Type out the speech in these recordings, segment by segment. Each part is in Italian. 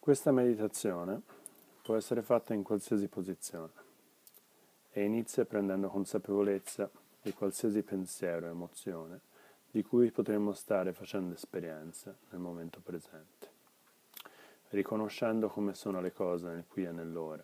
Questa meditazione può essere fatta in qualsiasi posizione e inizia prendendo consapevolezza di qualsiasi pensiero o emozione di cui potremmo stare facendo esperienza nel momento presente, riconoscendo come sono le cose nel qui e nell'ora.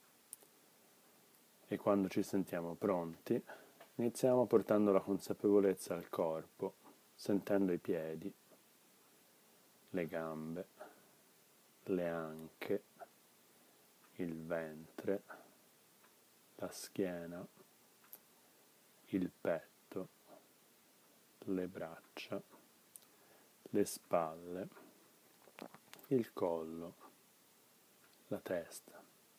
E quando ci sentiamo pronti, iniziamo portando la consapevolezza al corpo, sentendo i piedi, le gambe, le anche, il ventre, la schiena, il petto, le braccia, le spalle, il collo, la testa.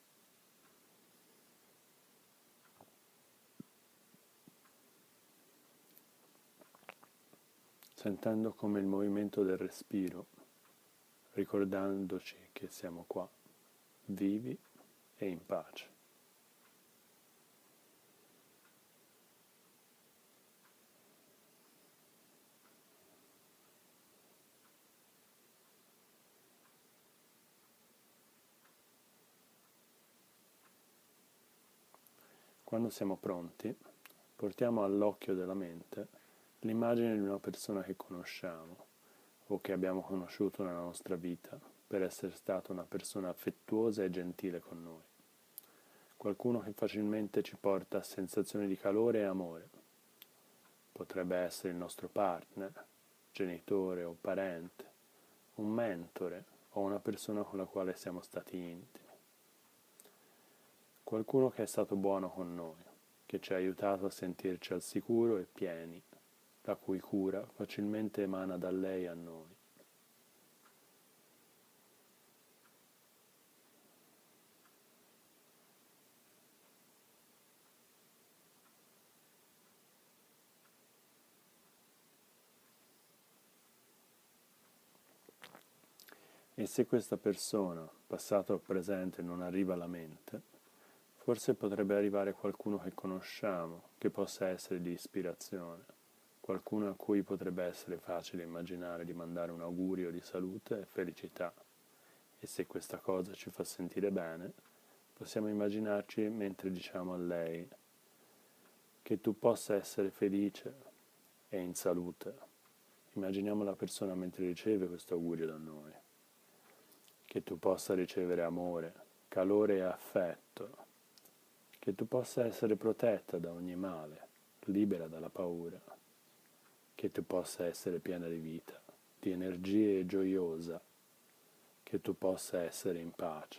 Sentendo come il movimento del respiro, ricordandoci che siamo qua, vivi e in pace. Quando siamo pronti, portiamo all'occhio della mente l'immagine di una persona che conosciamo o che abbiamo conosciuto nella nostra vita per essere stata una persona affettuosa e gentile con noi. Qualcuno che facilmente ci porta a sensazioni di calore e amore. Potrebbe essere il nostro partner, genitore o parente, un mentore o una persona con la quale siamo stati intimi. Qualcuno che è stato buono con noi, che ci ha aiutato a sentirci al sicuro e pieni, la cui cura facilmente emana da lei a noi. E se questa persona, passato o presente, non arriva alla mente, forse potrebbe arrivare qualcuno che conosciamo, che possa essere di ispirazione, qualcuno a cui potrebbe essere facile immaginare di mandare un augurio di salute e felicità. E se questa cosa ci fa sentire bene, possiamo immaginarci mentre diciamo a lei che tu possa essere felice e in salute. Immaginiamo la persona mentre riceve questo augurio da noi. Che tu possa ricevere amore, calore e affetto, che tu possa essere protetta da ogni male, libera dalla paura, che tu possa essere piena di vita, di energie e gioiosa, che tu possa essere in pace.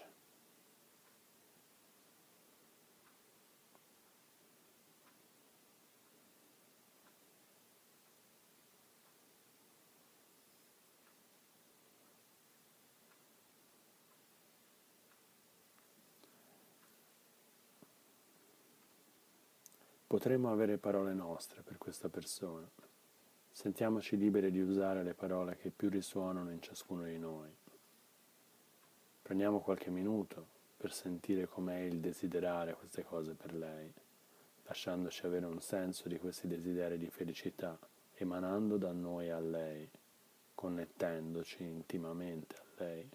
Potremmo avere parole nostre per questa persona. Sentiamoci liberi di usare le parole che più risuonano in ciascuno di noi. Prendiamo qualche minuto per sentire com'è il desiderare queste cose per lei, lasciandoci avere un senso di questi desideri di felicità, emanando da noi a lei, connettendoci intimamente a lei.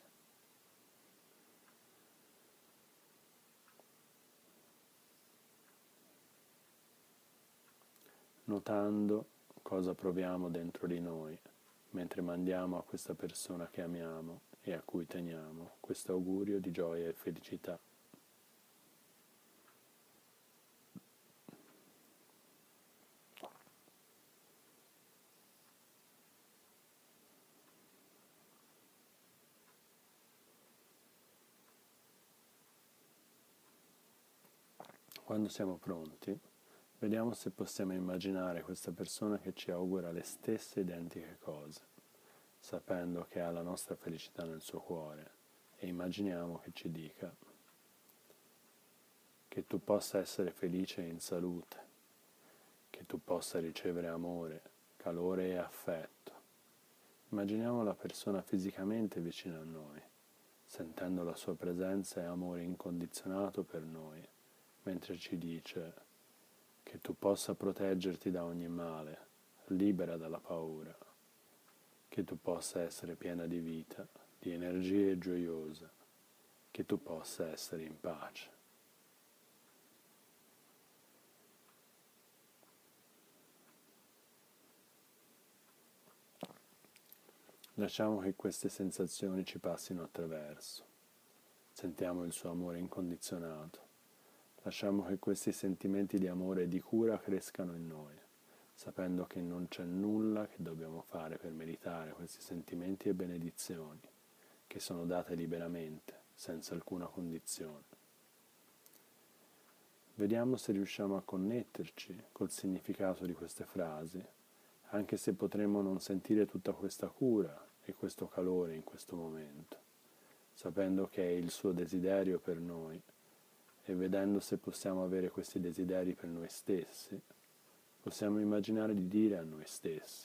Notando cosa proviamo dentro di noi mentre mandiamo a questa persona che amiamo e a cui teniamo questo augurio di gioia e felicità. Quando siamo pronti, vediamo se possiamo immaginare questa persona che ci augura le stesse identiche cose, sapendo che ha la nostra felicità nel suo cuore, e immaginiamo che ci dica che tu possa essere felice e in salute, che tu possa ricevere amore, calore e affetto. Immaginiamo la persona fisicamente vicina a noi, sentendo la sua presenza e amore incondizionato per noi, mentre ci dice che tu possa proteggerti da ogni male, libera dalla paura, che tu possa essere piena di vita, di energie gioiose, che tu possa essere in pace. Lasciamo che queste sensazioni ci passino attraverso. Sentiamo il suo amore incondizionato. Lasciamo che questi sentimenti di amore e di cura crescano in noi, sapendo che non c'è nulla che dobbiamo fare per meritare questi sentimenti e benedizioni, che sono date liberamente, senza alcuna condizione. Vediamo se riusciamo a connetterci col significato di queste frasi, anche se potremmo non sentire tutta questa cura e questo calore in questo momento, sapendo che è il suo desiderio per noi e vedendo se possiamo avere questi desideri per noi stessi, possiamo immaginare di dire a noi stessi: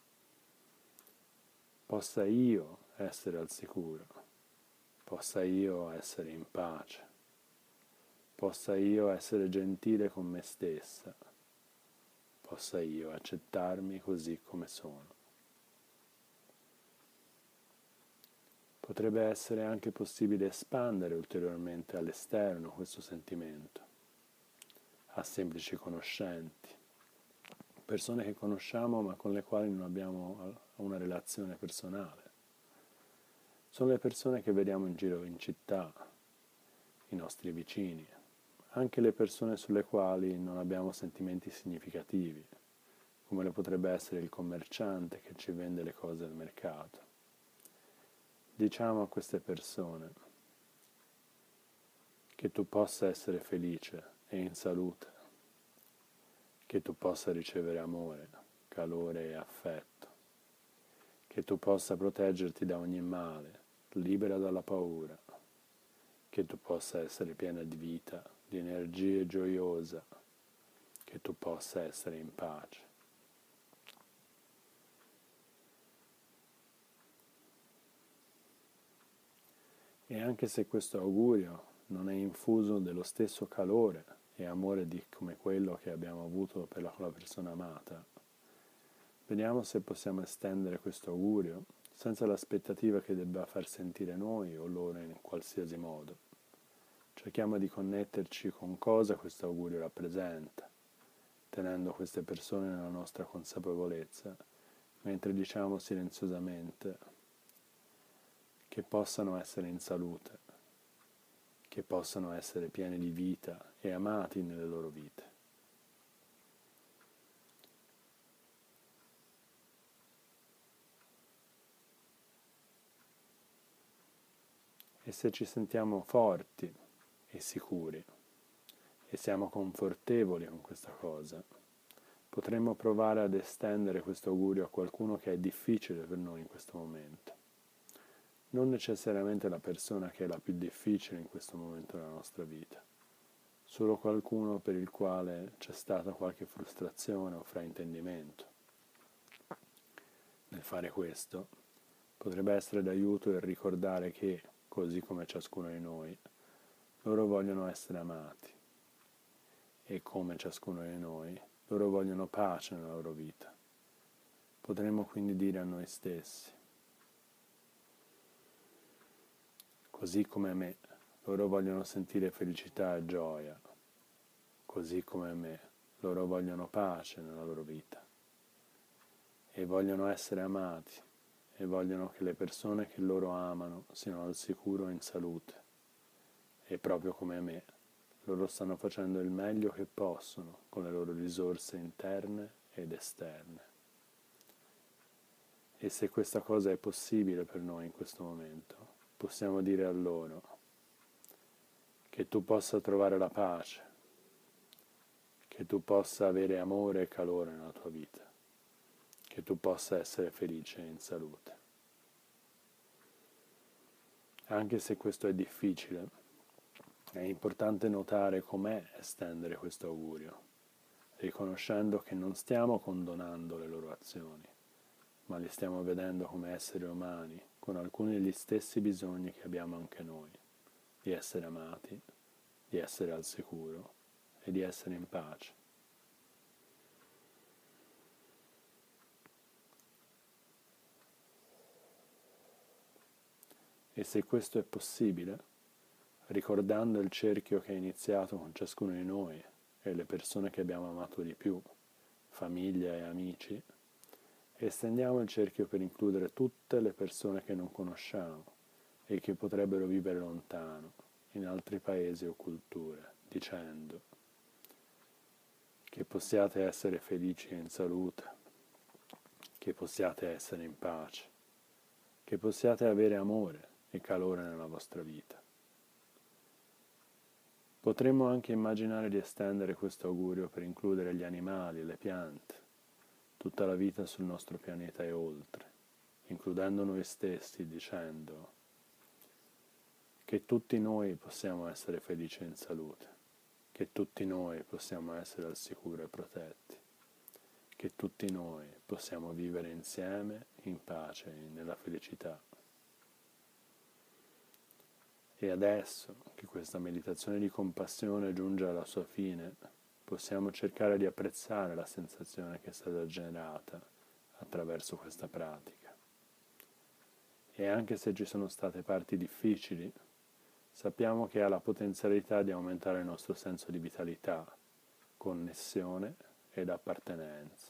possa io essere al sicuro, possa io essere in pace, possa io essere gentile con me stessa, possa io accettarmi così come sono. Potrebbe essere anche possibile espandere ulteriormente all'esterno questo sentimento, a semplici conoscenti, persone che conosciamo ma con le quali non abbiamo una relazione personale. Sono le persone che vediamo in giro in città, i nostri vicini, anche le persone sulle quali non abbiamo sentimenti significativi, come lo potrebbe essere il commerciante che ci vende le cose al mercato. Diciamo a queste persone che tu possa essere felice e in salute, che tu possa ricevere amore, calore e affetto, che tu possa proteggerti da ogni male, libera dalla paura, che tu possa essere piena di vita, di energia gioiosa, che tu possa essere in pace. E anche se questo augurio non è infuso dello stesso calore e amore come quello che abbiamo avuto per la persona amata, vediamo se possiamo estendere questo augurio senza l'aspettativa che debba far sentire noi o loro in qualsiasi modo. Cerchiamo di connetterci con cosa questo augurio rappresenta, tenendo queste persone nella nostra consapevolezza, mentre diciamo silenziosamente che possano essere in salute, che possano essere pieni di vita e amati nelle loro vite. E se ci sentiamo forti e sicuri e siamo confortevoli con questa cosa, potremmo provare ad estendere questo augurio a qualcuno che è difficile per noi in questo momento. Non necessariamente la persona che è la più difficile in questo momento della nostra vita, solo qualcuno per il quale c'è stata qualche frustrazione o fraintendimento. Nel fare questo, potrebbe essere d'aiuto il ricordare che, così come ciascuno di noi, loro vogliono essere amati e come ciascuno di noi, loro vogliono pace nella loro vita. Potremmo quindi dire a noi stessi: così come me, loro vogliono sentire felicità e gioia, così come me, loro vogliono pace nella loro vita e vogliono essere amati e vogliono che le persone che loro amano siano al sicuro e in salute e proprio come me, loro stanno facendo il meglio che possono con le loro risorse interne ed esterne. E se questa cosa è possibile per noi in questo momento, possiamo dire a loro che tu possa trovare la pace, che tu possa avere amore e calore nella tua vita, che tu possa essere felice e in salute. Anche se questo è difficile, è importante notare com'è estendere questo augurio, riconoscendo che non stiamo condonando le loro azioni, ma li stiamo vedendo come esseri umani, con alcuni degli stessi bisogni che abbiamo anche noi, di essere amati, di essere al sicuro e di essere in pace. E se questo è possibile, ricordando il cerchio che è iniziato con ciascuno di noi e le persone che abbiamo amato di più, famiglia e amici, estendiamo il cerchio per includere tutte le persone che non conosciamo e che potrebbero vivere lontano, in altri paesi o culture, dicendo che possiate essere felici e in salute, che possiate essere in pace, che possiate avere amore e calore nella vostra vita. Potremmo anche immaginare di estendere questo augurio per includere gli animali, le piante, tutta la vita sul nostro pianeta e oltre, includendo noi stessi, dicendo che tutti noi possiamo essere felici e in salute, che tutti noi possiamo essere al sicuro e protetti, che tutti noi possiamo vivere insieme, in pace e nella felicità. E adesso che questa meditazione di compassione giunge alla sua fine, possiamo cercare di apprezzare la sensazione che è stata generata attraverso questa pratica. E anche se ci sono state parti difficili, sappiamo che ha la potenzialità di aumentare il nostro senso di vitalità, connessione ed appartenenza.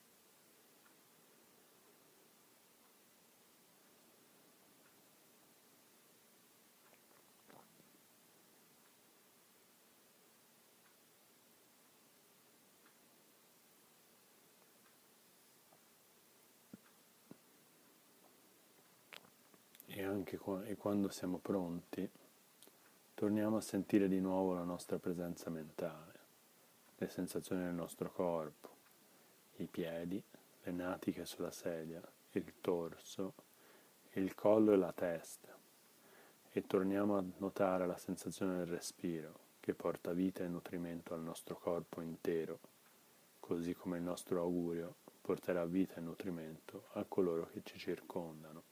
E anche quando siamo pronti, torniamo a sentire di nuovo la nostra presenza mentale, le sensazioni del nostro corpo, i piedi, le natiche sulla sedia, il torso, il collo e la testa, e torniamo a notare la sensazione del respiro che porta vita e nutrimento al nostro corpo intero, così come il nostro augurio porterà vita e nutrimento a coloro che ci circondano.